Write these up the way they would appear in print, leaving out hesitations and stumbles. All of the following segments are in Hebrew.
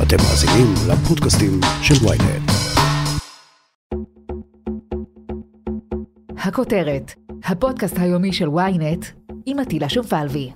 אתם מאזינים לפודקאסטים של ynet. הכותרת, הפודקאסט היומי של ynet עם עטילה שומפלבי.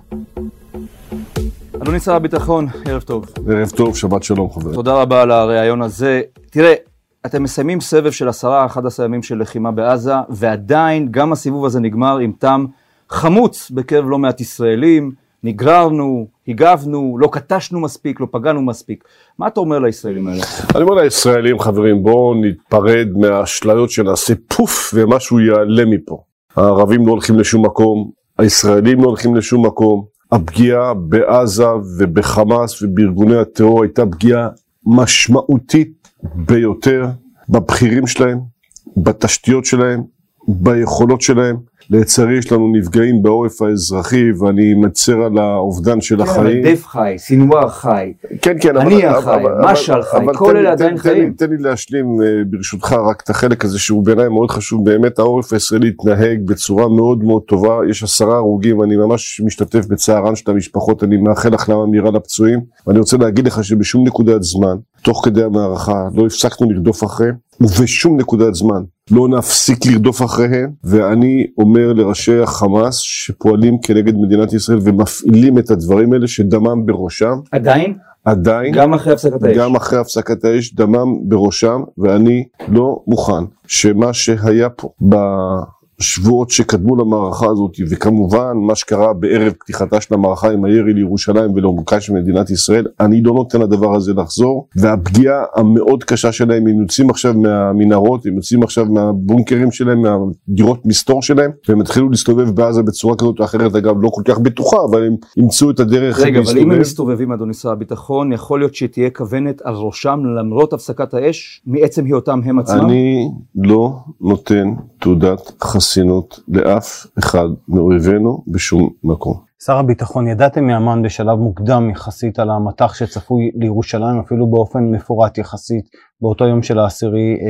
אדוני שר הביטחון, ערב טוב. ערב טוב, שבת שלום חבר. תודה רבה על הרעיון הזה. תראה, אתם מסיימים סבב של 10-11 ימים של לחימה בעזה, ועדיין גם הסיבוב הזה נגמר עם טעם חמוץ בקרב לא מעט ישראלים. נגררנו, הגבנו, לא קטשנו מספיק, לא פגענו מספיק. מה אתה אומר לישראלים האלה? אני אומר לישראלים, חברים, בואו נתפרד מהאשליות שנעשה פוף ומשהו יעלה מפה. הערבים לא הולכים לשום מקום, הישראלים לא הולכים לשום מקום. הפגיעה בעזה ובחמאס ובארגוני הטרור הייתה פגיעה משמעותית ביותר בבחירים שלהם, בתשתיות שלהם, ביכולות שלהם. לצערי יש לנו נפגעים בעורף האזרחי, ואני מצר על האובדן של החיים. דף חי, סינואר חי, אני החי, משל חי, כל אלה עדיין חיים. תן לי להשלים ברשותך רק את החלק הזה שהוא בעיניי מאוד חשוב. באמת העורף הישראלי התנהג בצורה מאוד מאוד טובה. יש 10 הרוגים, אני ממש משתתף בצערן של המשפחות, אני מאחל החלמה מהירה לפצועים, ואני רוצה להגיד לך שבשום נקודת זמן, תוך כדי המערכה, לא הפסקנו לרדוף אחריהם, ובשום נקודת זמן לא נפסיק לרדוף אחריהם. ואני אומר לראשי החמאס שפועלים כנגד מדינת ישראל ומפעילים את הדברים האלה שדמם בראשם. עדיין, גם אחרי הפסקת האש. גם אחרי הפסקת האש, דמם בראשם, ואני לא מוכן שמה שהיה פה בשבועות שקדמו למערכה הזאת, וכמובן מה שקרה בערב פתיחתה של המערכה עם הירי לירושלים ולעומקה של מדינת ישראל, אני לא נותן לדבר הזה לחזור. והפגיעה המאוד קשה שלהם, הם יוצאים עכשיו מהמנהרות, הם יוצאים עכשיו מהבונקרים שלהם, מהדירות מסתור שלהם, והם התחילו להסתובב בעזה בצורה כזאת או אחרת, אגב לא כל כך בטוחה, אבל הם ימצאו את הדרך להסתובב. רגע, אבל אם הם מסתובבים, אדוני שר הביטחון, יכול להיות שתהיה כוונת על ראשם למרות הפסקת האש, מעצם היותם הם עצמם? אני לא נותן תעודת חסינות לאף אחד מאויבינו בשום מקום. שר הביטחון, ידעתם מאמן בשלב מוקדם יחסית על המטח שצפוי לירושלים, אפילו באופן מפורט יחסית, באותו יום של ה10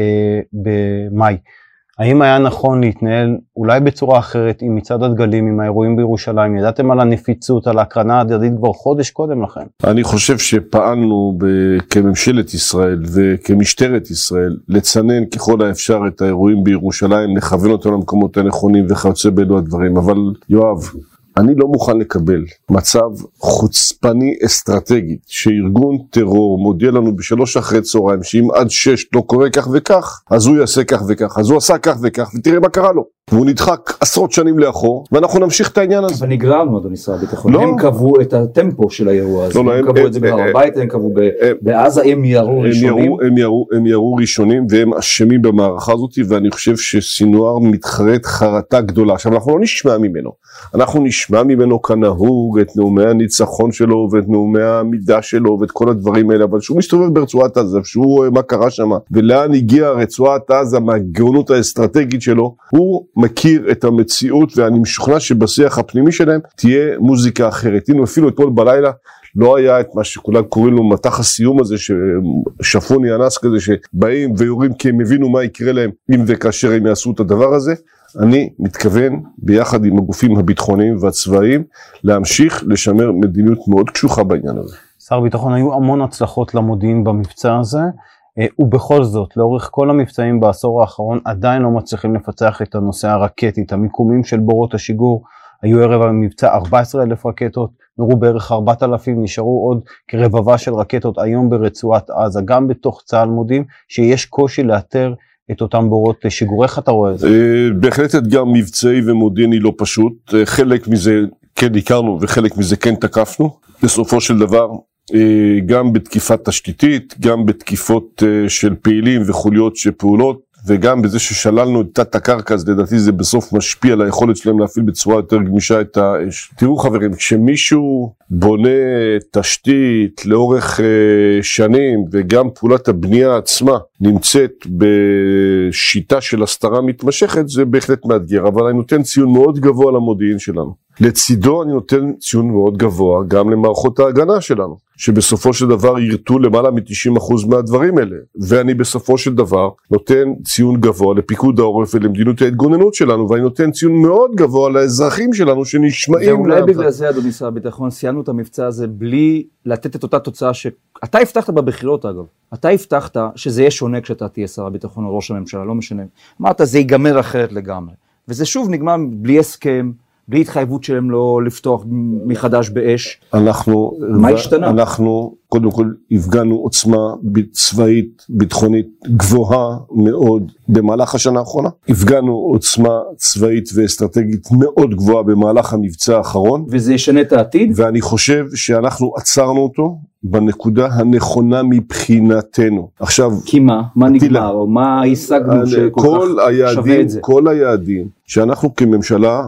במאי. האם היה נכון להתנהל אולי בצורה אחרת עם מצעד הדגלים, עם האירועים בירושלים? ידעתם על הנפיצות, על ההקרנה ההדדית כבר חודש קודם לכן? אני חושב שפעלנו כממשלת ישראל וכמשטרת ישראל לצנן ככל האפשר את האירועים בירושלים, לכוון אותם למקומות הנכונים וכיוצא באלו הדברים. אבל יואב, אני לא מוכן לקבל מצב חוצפני אסטרטגי שארגון טרור מודיע לנו ב3 אחרי צהריים שאם עד 6 לא קורה כך וכך, אז הוא יעשה כך וכך, אז הוא עשה כך וכך, ותראה מה קרה לו. והוא נדחק עשרות שנים לאחור, ואנחנו נמשיך את העניין הזה. אבל נגררנו, אדוני שר הביטחון. הם קבעו את הטמפו של האירוע הזה. הם קבעו את זה בהר הבית, הם קבעו בעזה, הם ירו ראשונים. הם ירו ראשונים, והם אשמים במערכה הזאת, ואני חושב שסינואר מתחרט חרטה גדולה. עכשיו, אנחנו לא נשמע ממנו. אנחנו נשמע ממנו כנהוג את נאומי הניצחון שלו, ואת נאומי העמידה שלו, ואת כל הדברים האלה, אבל שהוא מסתובב ברצועת עזה, שהוא רואה מה קרה שם, ולאן הגיעה רצועת עזה מהגאונות האסטרטגית שלו, הוא מכיר את המציאות, ואני משוכנע שבשיח הפנימי שלהם תהיה מוזיקה אחרת. הנה, אפילו אתמול בלילה לא היה את מה שכולם קוראים לו מטח הסיום הזה, ששפוני אנס כזה, שבאים ויורים כי הם הבינו מה יקרה להם אם וכאשר הם יעשו את הדבר הזה. אני מתכוון ביחד עם הגופים הביטחוניים והצבאיים להמשיך לשמר מדיניות מאוד קשוחה בעניין הזה. שר ביטחון, היו המון הצלחות למודיעין במבצע הזה, ובכל זאת, לאורך כל המבצעים בעשור האחרון, עדיין לא מצליחים לפצח את הנושא הרקטית. המיקומים של בורות השיגור היו ערב המבצע 14,000 רקטות, נורו בערך 4,000, נשארו עוד כרבבה של רקטות היום ברצועת עזה. גם בתוך צה"ל מודיעים שיש קושי לאתר את אותם בורות שיגור. איך אתה רואה את זה? בהחלט אתגר מבצעי ומודיעיני לא פשוט. חלק מזה כן הכרנו וחלק מזה כן תקפנו. בסופו של דבר, גם בתקיפת תשתיתית, גם בתקיפות של פעילים וחוליות שפעולות, וגם בזה ששללנו את תת הקרקע, אז לדעתי זה בסוף משפיע על היכולת שלהם להפעיל בצורה יותר גמישה את האש. תראו חברים, כשמישהו בונה תשתית לאורך שנים, וגם פעולת הבנייה עצמה נמצאת בשיטה של הסתרה מתמשכת, זה בהחלט מאתגר, אבל אני נותן ציון מאוד גבוה למודיעין שלנו. לצידו אני נותן ציון מאוד גבוה גם למערכות ההגנה שלנו, שבסופו של דבר ירתו למעלה מ-90% מהדברים האלה. ואני בסופו של דבר נותן ציון גבוה לפיקוד העורף ולמדינות ההתגוננות שלנו, ואני נותן ציון מאוד גבוה לאזרחים שלנו שנשמעים. ואולי בגלל זה, אדוני שר הביטחון, סיימנו את המבצע הזה בלי לתת את אותה תוצאה אתה הבטחת בבחירות אגב. אתה הבטחת שזה יהיה שונה כשאתה תהיה שר הביטחון או ראש הממשלה, לא משנה. אמרת, זה ייגמר אחרת לגמרי. וזה שוב נגמר בלי הסכם, בלי התחייבות שלהם לא לפתוח מחדש באש. מה השתנה? אנחנו קודם כל הפגנו עוצמה צבאית, ביטחונית גבוהה מאוד במהלך השנה האחרונה. הפגנו עוצמה צבאית ואסטרטגית מאוד גבוהה במהלך המבצע האחרון. וזה ישנה את העתיד? ואני חושב שאנחנו עצרנו אותו בנקודה הנכונה מבחינתנו. עכשיו, כי מה נגמר? או מה השגנו שכל כך שווה את זה? כל היעדים שאנחנו כממשלה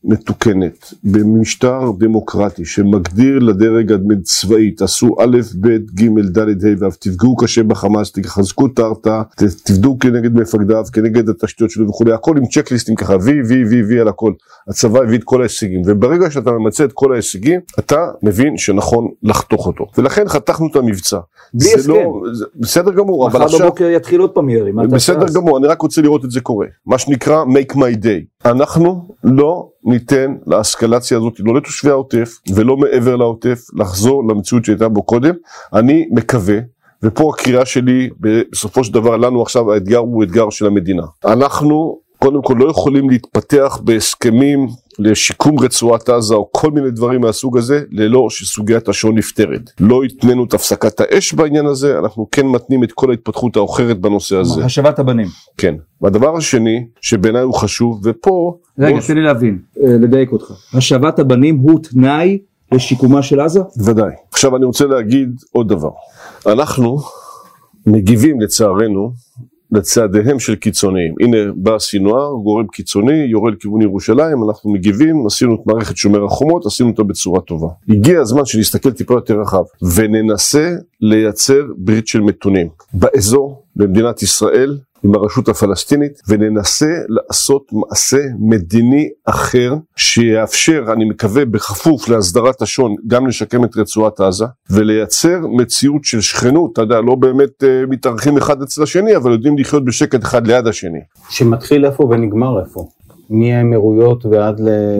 מתוקנת, במשטר דמוקרטי שמגדיר לדרג הצבאי, תעשו א', ב', ג', ד', ה', ואף תפגעו קשה בחמאס, תחזקו את ההרתעה, תפדו כנגד מפקדיו, כנגד התשתיות שלו וכו', הכל עם צ'קליסטים ככה, וי על הכל. הצבא הביא את כל ההישגים, וברגע שאתה ממצא את כל ההישגים, אתה מבין שנכון לחתוך אותו. ולכן חתכנו את המבצע. בלי הסכם. בסדר גמור, אבל עכשיו... מחר בבוקר יתחיל עוד פעם ירי. בסדר גמור, אני רק רוצה לראות את זה קורה. מה שנקרא make my day. אנחנו לא ניתן לאסקלציה הזאת, לא לתושבי העוטף ולא מעבר לעוטף, לחזור למציאות שהייתה בו קודם. אני מקווה, ופה הקריאה שלי, בסופו של דבר לנו עכשיו האתגר הוא אתגר של המדינה. אנחנו קודם כל לא יכולים להתפתח בהסכמים לשיקום רצועת עזה או כל מיני דברים מהסוג הזה, ללא שסוגיית השעון נפתרת. לא התנינו את הפסקת האש בעניין הזה, אנחנו כן מתנים את כל ההתפתחות האחרת בנושא הזה. השבת הבנים. כן. והדבר השני, שבעיניי הוא חשוב, ופה... רגע, תן לי להבין, לדייק אותך. השבת הבנים הוא תנאי לשיקומה של עזה? ודאי. עכשיו אני רוצה להגיד עוד דבר. אנחנו מגיבים לצערנו, לצעדיהם של קיצוניים. הנה בא סינואר, גורם קיצוני, יורה לכיוון ירושלים, אנחנו מגיבים, עשינו את מערכת שומר החומות, עשינו אותה בצורה טובה. הגיע הזמן שנסתכל טיפה יותר רחב, וננסה לייצר ברית של מתונים. באזור, במדינת ישראל, עם הרשות הפלסטינית, וננסה לעשות מעשה מדיני אחר, שיאפשר, אני מקווה, בכפוף להסדרת השון, גם לשקם את רצועת עזה, ולייצר מציאות של שכנות, אתה יודע, לא באמת מתארחים אחד אצל השני, אבל יודעים לחיות בשקט אחד ליד השני. שמתחיל איפה ונגמר איפה? מהאמירויות ועד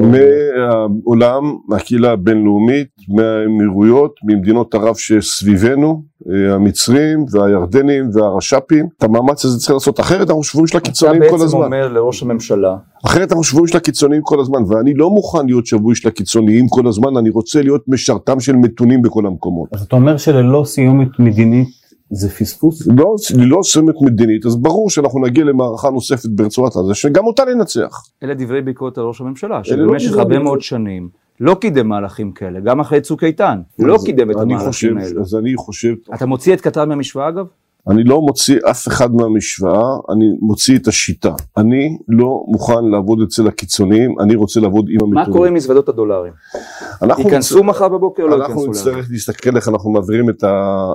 מהעולם, מהקהילה הבינלאומית, מהאמירויות, ממדינות ערב שסביבנו, המצרים והירדנים והרש"פים, את המאמץ הזה צריך לעשות, אחרת אנחנו שבויים של הקיצונים כל הזמן. אתה בעצם אומר לראש הממשלה. אחרת אנחנו שבויים של הקיצונים כל הזמן, ואני לא מוכן להיות שבוי של הקיצוניים כל הזמן, אני רוצה להיות משרתם של מתונים בכל המקומות. אז אתה אומר שללא סיומת מדינית, זה פספוס? לא סיומת מדינית, אז ברור שאנחנו נגיע למערכה נוספת ברצועת עזה, שגם אותה ננצח. אלה דברי ביקורת על ראש הממשלה, שבמשך הרבה מאוד שנים, לא קידם מהלכים כאלה, גם אחרי צוק איתן, לא קידם את המהלכים האלה. אז אני חושב... אתה מוציא את קטר מהמשוואה אגב? אני לא מוציא אף אחד מהמשוואה, אני מוציא את השיטה. אני לא מוכן לעבוד אצל הקיצוניים, אני רוצה לעבוד עם המתונים. מה קורה עם מזוודות הדולרים? ייכנסו מחר בבוקר או לא ייכנסו? אנחנו נצטרך להסתכל איך אנחנו מעבירים את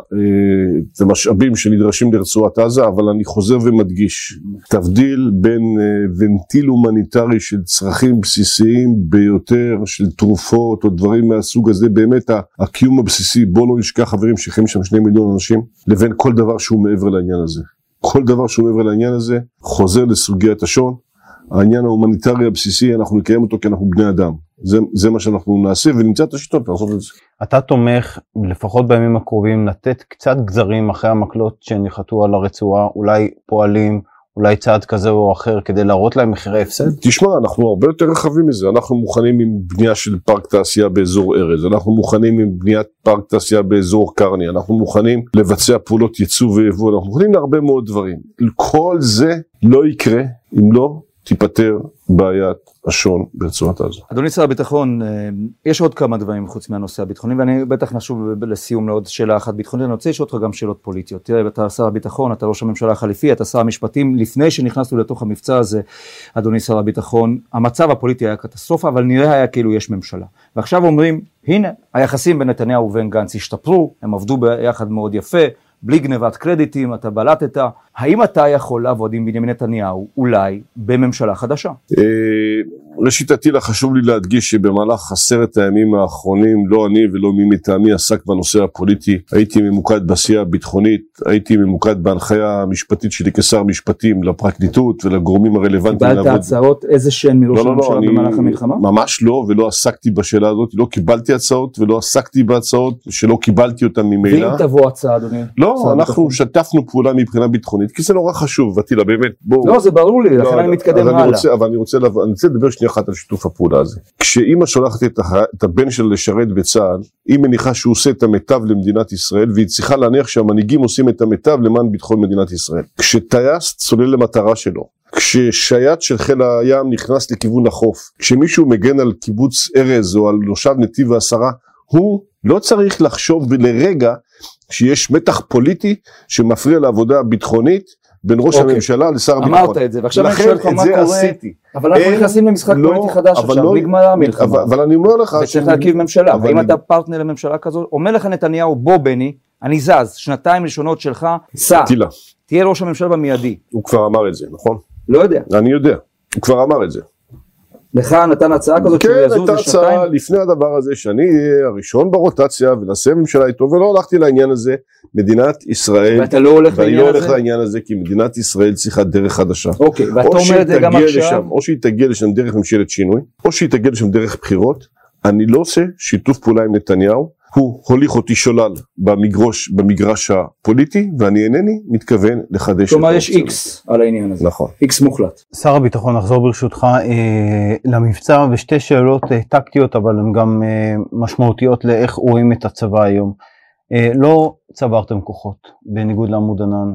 המשאבים שנדרשים לרצועת עזה, אבל אני חוזר ומדגיש, תבדיל בין ונטיל הומניטרי של צרכים בסיסיים ביותר, של תרופות או דברים מהסוג הזה, באמת הקיום הבסיסי, בוא לא נשכח חברים שחיים שם 2 מיליון אנשים, לבין כל דבר שהוא מעבר לעניין הזה. כל דבר שהוא מעבר לעניין הזה חוזר לסוגיית השון. העניין ההומניטרי הבסיסי, אנחנו נקיים אותו כי אנחנו בני אדם. זה מה שאנחנו נעשה ונמצא את השיטות לעשות את זה. אתה תומך, לפחות בימים הקרובים, לתת קצת גזרים אחרי המקלות שנחתו על הרצועה, אולי פועלים, אולי צעד כזה או אחר, כדי להראות להם מחירי הפסד? תשמע, אנחנו הרבה יותר רחבים מזה. אנחנו מוכנים עם בנייה של פארק תעשייה באזור ארז, אנחנו מוכנים עם בניית פארק תעשייה באזור קרני, אנחנו מוכנים לבצע פעולות ייצוא ויבוא, אנחנו מוכנים להרבה מאוד דברים. כל זה לא יקרה אם לא תיפטר בעיית השון ברצועת עזה. אדוני שר הביטחון, יש עוד כמה דברים חוץ מהנושא הביטחוני, ואני בטח נשוב לסיום לעוד שאלה אחת ביטחונית, אני רוצה לשאול אותך גם שאלות פוליטיות. תראה, אתה שר הביטחון, אתה ראש הממשלה החליפי, אתה שר המשפטים, לפני שנכנסנו לתוך המבצע הזה, אדוני שר הביטחון, המצב הפוליטי היה קטסטרופה, אבל נראה היה כאילו יש ממשלה. ועכשיו אומרים, הנה, היחסים בין נתניהו ובין גנץ השתפרו, הם עבדו ביחד מאוד יפה, בלי גנבת קרדיטים, אתה בלטת. האם אתה יכול לעבוד עם בנימין נתניהו, אולי, בממשלה חדשה? ראשית עטילה, חשוב לי להדגיש שבמהלך 10 הימים האחרונים לא אני ולא מי מטעמי עסק בנושא הפוליטי. הייתי ממוקד בעשייה הביטחונית, הייתי ממוקד בהנחיה המשפטית שלי כשר משפטים לפרקליטות ולגורמים הרלוונטיים. קיבלת הצעות איזה שהן מראש הממשלה במהלך המלחמה? ממש לא, ולא עסקתי בשאלה הזאת, לא קיבלתי הצעות ולא עסקתי בהצעות שלא קיבלתי אותן ממילא. ואם תבוא הצעה, אדוני? לא, אנחנו שתפנו פעולה מבחינה ביטחונית, כי זה נורא חשוב, עטילה, באמת. לא, זה ברור לי, לכן אני מתקדם הלאה. אבל אני רוצה לדבר שנייה אחת על שיתוף הפעולה הזה. כשאמא שולחת את הבן שלה לשרת בצה"ל, היא מניחה שהוא עושה את המיטב למדינת ישראל, והיא צריכה להניח שהמנהיגים עושים את המיטב למען ביטחון מדינת ישראל. כשטייס צולל למטרה שלו, כששייט של חיל הים נכנס לכיוון החוף, כשמישהו מגן על קיבוץ ארז או על מושב נתיב העשרה, הוא לא צריך לחשוב לרגע שיש מתח פוליטי שמפריע לעבודה ביטחונית בין ראש הממשלה לשר הביטחון. אמרת את זה, ועכשיו אני שואל לך מה קורה, אבל אנחנו נכנסים למשחק פוליטי חדש עכשיו, נגמר המלחמה. אבל אני אומר לך, וצריך להרכיב ממשלה, ואם אתה פרטנר לממשלה כזו, אומר לך נתניהו, בוא בני, אני זז, 2 ראשונות שלך, סע, תהיה ראש הממשלה במיידי. הוא כבר אמר את זה, נכון? לא יודע. אני יודע, הוא כבר אמר את זה. לך נתן הצעה כזאת שהוא יזוז כן, הייתה הצעה לפני הדבר הזה שאני אהיה הראשון ברוטציה ונעשה ממשלה איתו, ולא הלכתי לעניין הזה. מדינת ישראל, ואתה לא הולך לעניין הזה? ואני לא הולך לעניין הזה, כי מדינת ישראל צריכה דרך חדשה. אוקיי, ואתה אומר את זה גם עכשיו? או שהיא תגיע לשם דרך ממשלת שינוי, או שהיא תגיע לשם דרך בחירות. אני לא עושה שיתוף פעולה עם נתניהו, הוא הוליך אותי שולל במגרש הפוליטי, ואני אינני מתכוון לחדש. כלומר יש איקס על העניין הזה. נכון. איקס מוחלט. שר הביטחון, נחזור ברשותך למבצע, ושתי שאלות טקטיות, אבל הן גם משמעותיות לאיך רואים את הצבא היום. לא צברתם כוחות, בניגוד לעמוד ענן,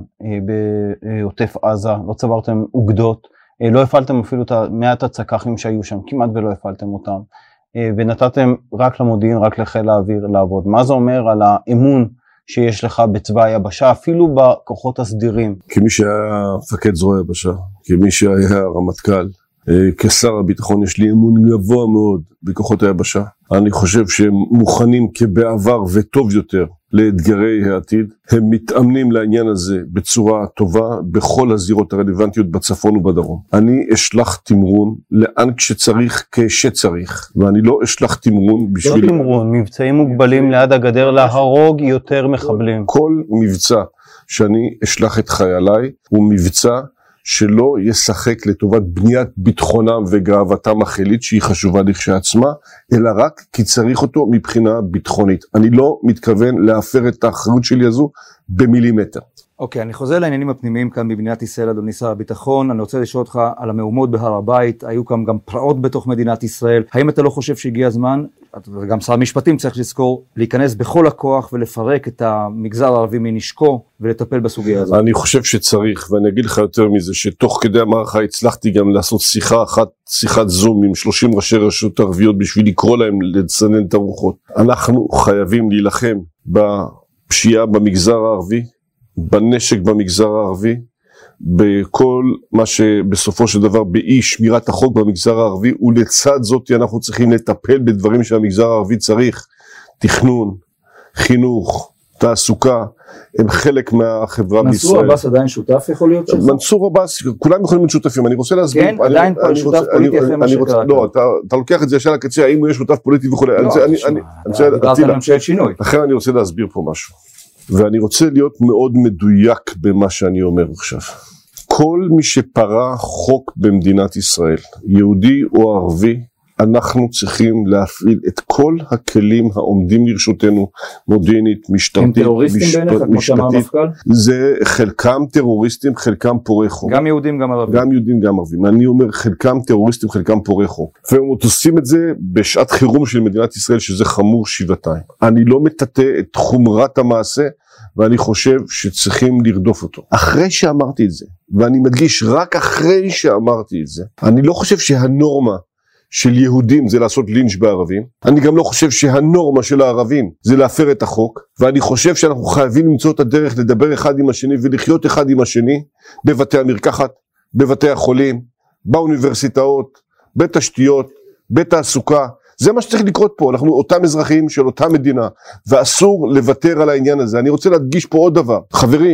בעוטף עזה, לא צברתם אוגדות, לא הפעלתם אפילו את מעט הצקחים שהיו שם, כמעט ולא הפעלתם אותם. ונתתם רק למודיעין, רק לחיל האוויר לעבוד. מה זה אומר על האמון שיש לך בצבא היבשה, אפילו בכוחות הסדירים? כמי שהיה מפקד זרוע היבשה, כמי שהיה רמטכ"ל, כשר הביטחון יש לי אמון גבוה מאוד בכוחות היבשה. אני חושב שהם מוכנים כבעבר וטוב יותר לאתגרי העתיד. הם מתאמנים לעניין הזה בצורה טובה בכל הזירות הרלוונטיות בצפון ובדרום. אני אשלח תמרון לאן כשצריך כשצריך, ואני לא אשלח תמרון בשביל... לא תמרון, מבצעים מוגבלים ליד הגדר להרוג יותר מחבלים. כל מבצע שאני אשלח את חייליי הוא מבצע שלא ישחק לטובת בניית ביטחונם וגאוותם החילית שהיא חשובה לכשעצמה, אלא רק כי צריך אותו מבחינה ביטחונית. אני לא מתכוון להפר את האחריות שלי הזו במילימטר. אוקיי, אני חוזר לעניינים הפנימיים כאן במדינת ישראל, אדוני שר הביטחון. אני רוצה לשאול אותך על המהומות בהר הבית, היו כאן גם פרעות בתוך מדינת ישראל. האם אתה לא חושב שהגיע הזמן, וגם שר המשפטים צריך לזכור, להיכנס בכל הכוח ולפרק את המגזר הערבי מנשקו ולטפל בסוגיה הזאת? אני חושב שצריך, ואני אגיד לך יותר מזה, שתוך כדי המערכה הצלחתי גם לעשות שיחת זום עם 30 ראשי רשות ערביות בשביל לקרוא להם לצנן את הרוחות. אנחנו חייבים להילחם בפשיעה במגזר הערבי, בנשק במגזר הערבי, בכל מה שבסופו של דבר באי שמירת החוק במגזר הערבי, ולצד זאת אנחנו צריכים לטפל בדברים שהמגזר הערבי צריך, תכנון, חינוך, תעסוקה, הם חלק מהחברה בישראל. מנסור עבאס עדיין שותף יכול להיות שזה? מנסור עבאס, כולם יכולים להיות שותפים, אני רוצה להסביר. כן, עדיין פה שותף פוליטי אחרי מה שקרה. לא, אתה לוקח את זה ישר לקצה, האם הוא יהיה שותף פוליטי וכו'. לא, דיברת על ממשלת שינוי. לכן אני רוצה להסביר פה משהו. ואני רוצה להיות מאוד מדויק במה שאני אומר עכשיו. כל מי שפרה חוק במדינת ישראל, יהודי או ערבי, אנחנו צריכים להפעיל את כל הכלים העומדים לרשותנו, מודיעינית, משטרתית, הם טרוריסטים בעיניך, כמו שאמר המפכ"ל? זה חלקם טרוריסטים, חלקם פורעי חוק. גם יהודים, גם ערבים. גם יהודים, גם ערבים. אני אומר, חלקם טרוריסטים, חלקם פורעי חוק. והם עושים את זה בשעת חירום של מדינת ישראל, שזה חמור שבעתיים. אני לא מטאטא את חומרת המעשה, ואני חושב שצריכים לרדוף אותו. אחרי שאמרתי את זה, ואני מדגיש רק אחרי שאמרתי את זה, אני לא חושב שהנורמה של יהודים זה לעשות לינץ' בערבים, אני גם לא חושב שהנורמה של הערבים זה להפר את החוק, ואני חושב שאנחנו חייבים למצוא את הדרך לדבר אחד עם השני ולחיות אחד עם השני, בבתי המרקחת, בבתי החולים, באוניברסיטאות, בתשתיות, בתעסוקה. זה מה שצריך לקרות פה, אנחנו אותם אזרחים של אותה מדינה, ואסור לוותר על העניין הזה. אני רוצה להדגיש פה עוד דבר, חברים,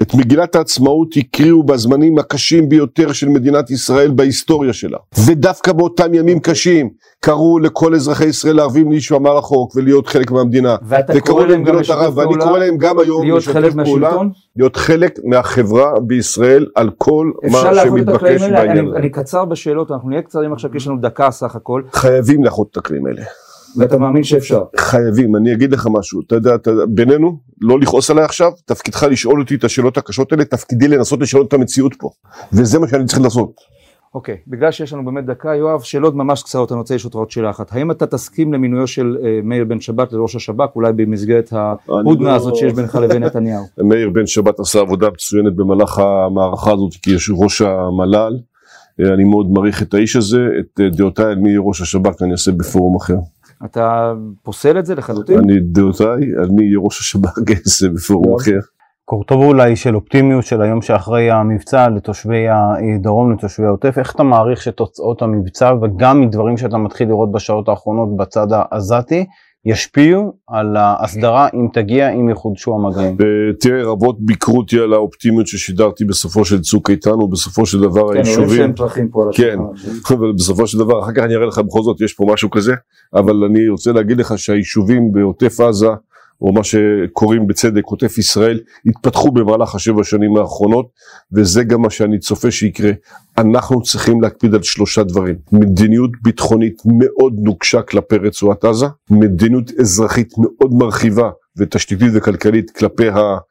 את מגילת העצמאות הקריאו בזמנים הקשים ביותר של מדינת ישראל בהיסטוריה שלה. ודווקא באותם ימים קשים, קראו לכל אזרחי ישראל לערבים להישמע לחוק ולהיות חלק מהמדינה. וקראו להם גם לשתף פעולה, ואני קורא להם גם היום לשתף פעולה, להיות חלק מהחברה בישראל על כל מה שמתבקש בעניין. אני קצר בשאלות, אנחנו נהיה קצרים עכשיו, יש לנו דקה סך הכל. חייבים לאחות את הקלעים האלה. ואתה מאמין שאפשר? חייבים, אני אגיד לך משהו, אתה יודע, בינינו, לא לכעוס עליי עכשיו, תפקידך לשאול אותי את השאלות הקשות האלה, תפקידי לנסות לשאול את המציאות פה, וזה מה שאני צריך לעשות. אוקיי, בגלל שיש לנו באמת דקה, יואב, שאלות ממש קצרות, אני רוצה לשאול עוד שאלה אחת, האם אתה תסכים למינויו של מאיר בן שבת לראש השב"כ, אולי במסגרת ההודנה הזאת שיש בינך לבין נתניהו? מאיר בן שבת עשה עבודה מצוינת במהלך המערכה הזאת, כי יש ראש המל"ל, אני מאוד מעריך את האיש הזה, את דעותיי על מי ראש השב"כ אני אעשה בפורום אחר. אתה פוסל את זה לחלוטין? אני דעותיי על מי ראש השב"כ אעשה בפורום אחר. קורטוב אולי של אופטימיות של היום שאחרי המבצע לתושבי הדרום, לתושבי העוטף, איך אתה מעריך שתוצאות המבצע וגם מדברים שאתה מתחיל לראות בשעות האחרונות בצד העזתי, ישפיעו על ההסדרה אם תגיע, אם יחודשו המגעים? תראה, רבות ביקרו אותי על האופטימיות ששידרתי בסופו של צוק איתן, ובסופו של דבר היישובים... כן, אבל בסופו של דבר, אחר כך אני אראה לך בכל זאת, יש פה משהו כזה, אבל אני רוצה להגיד לך שהיישובים בעוטף עזה, או מה שקוראים בצדק עוטף ישראל, התפתחו במהלך 7 שנים האחרונות, וזה גם מה שאני צופה שיקרה. אנחנו צריכים להקפיד על 3 דברים. מדיניות ביטחונית מאוד נוקשה כלפי רצועת עזה, מדיניות אזרחית מאוד מרחיבה ותשתיתית וכלכלית כלפי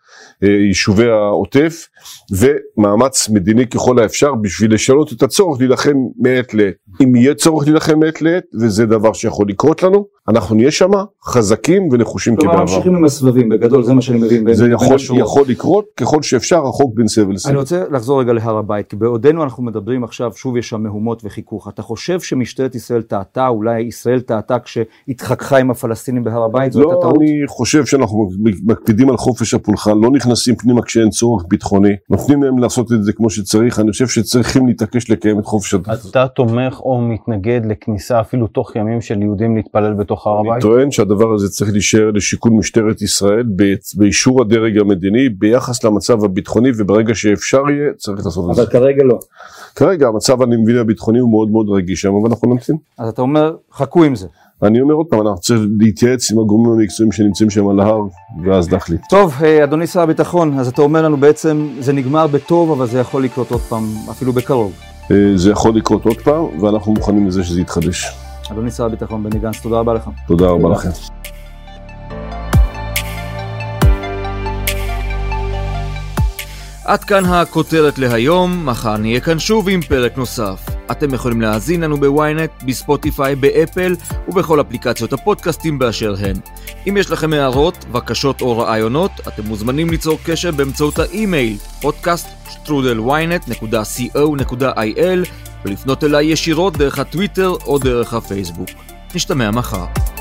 יישובי העוטף, ומאמץ מדיני ככל האפשר בשביל לשנות את הצורך להילחם מעת לעת. אם יהיה צורך להילחם מעת לעת, וזה דבר שיכול לקרות לנו, אנחנו נהיה שם חזקים ונחושים כבעבר. כלומר, ממשיכים עם הסבבים, בגדול, זה מה שאני מבין. זה יכול לקרות ככל שאפשר, רחוק בין סבל לסבל. אני רוצה לחזור רגע להר הבית, כי בעודנו אנחנו מדברים עכשיו, שוב יש שם מהומות וחיכוך. אתה חושב שמשטרת ישראל טעתה, אולי ישראל טעתה כשהתחככה עם הפלסטינים בהר הבית? לא, אני חושב שאנחנו מקפידים על חופש הפולחן, לא נכנסים פנימה כשאין צורך ביטחוני, נותנים להם לעשות את זה כמו שצריך. אני חושב שצריכים להתעקש לקיים את חופש הפולחן. אתה תומך או מתנגד לכניסה אפילו תוך ימים של יהודים להתפלל בתוך הר הבית? אני טוען שהדבר הזה צריך להישאר לשיקול משטרת ישראל באישור הדרג המדיני ביחס למצב הביטחוני, וברגע שאפשר יהיה צריך לעשות את זה. אבל כרגע לא. כרגע המצב אני מבין הביטחוני הוא מאוד מאוד רגיש, אבל אנחנו נמתין. אז אתה אומר, חכו עם זה. אני אומר עוד פעם, אנחנו צריכים להתייעץ עם הגורמים המקצועיים שנמצאים שם על ההר, ואז נחליט. טוב, אדוני שר הביטחון, אז אתה אומר לנו בעצם, זה נגמר בטוב, אבל זה יכול לקרות עוד פעם, אפילו בקרוב. זה יכול לקרות עוד פעם, ואנחנו מוכנים לזה שזה יתחדש. אדוני שר הביטחון בני גנץ, תודה רבה לך. תודה רבה לכם. עד כאן הכותרת להיום, מחר נהיה כאן שוב עם פרק נוסף. אתם יכולים להאזין לנו בוויינט, בספוטיפיי, באפל ובכל אפליקציות הפודקאסטים באשר הן. אם יש לכם הערות, בקשות או רעיונות, אתם מוזמנים ליצור קשר באמצעות האימייל podcast@ynet.co.il ולפנות אליי ישירות דרך הטוויטר או דרך הפייסבוק. נשתמע מחר.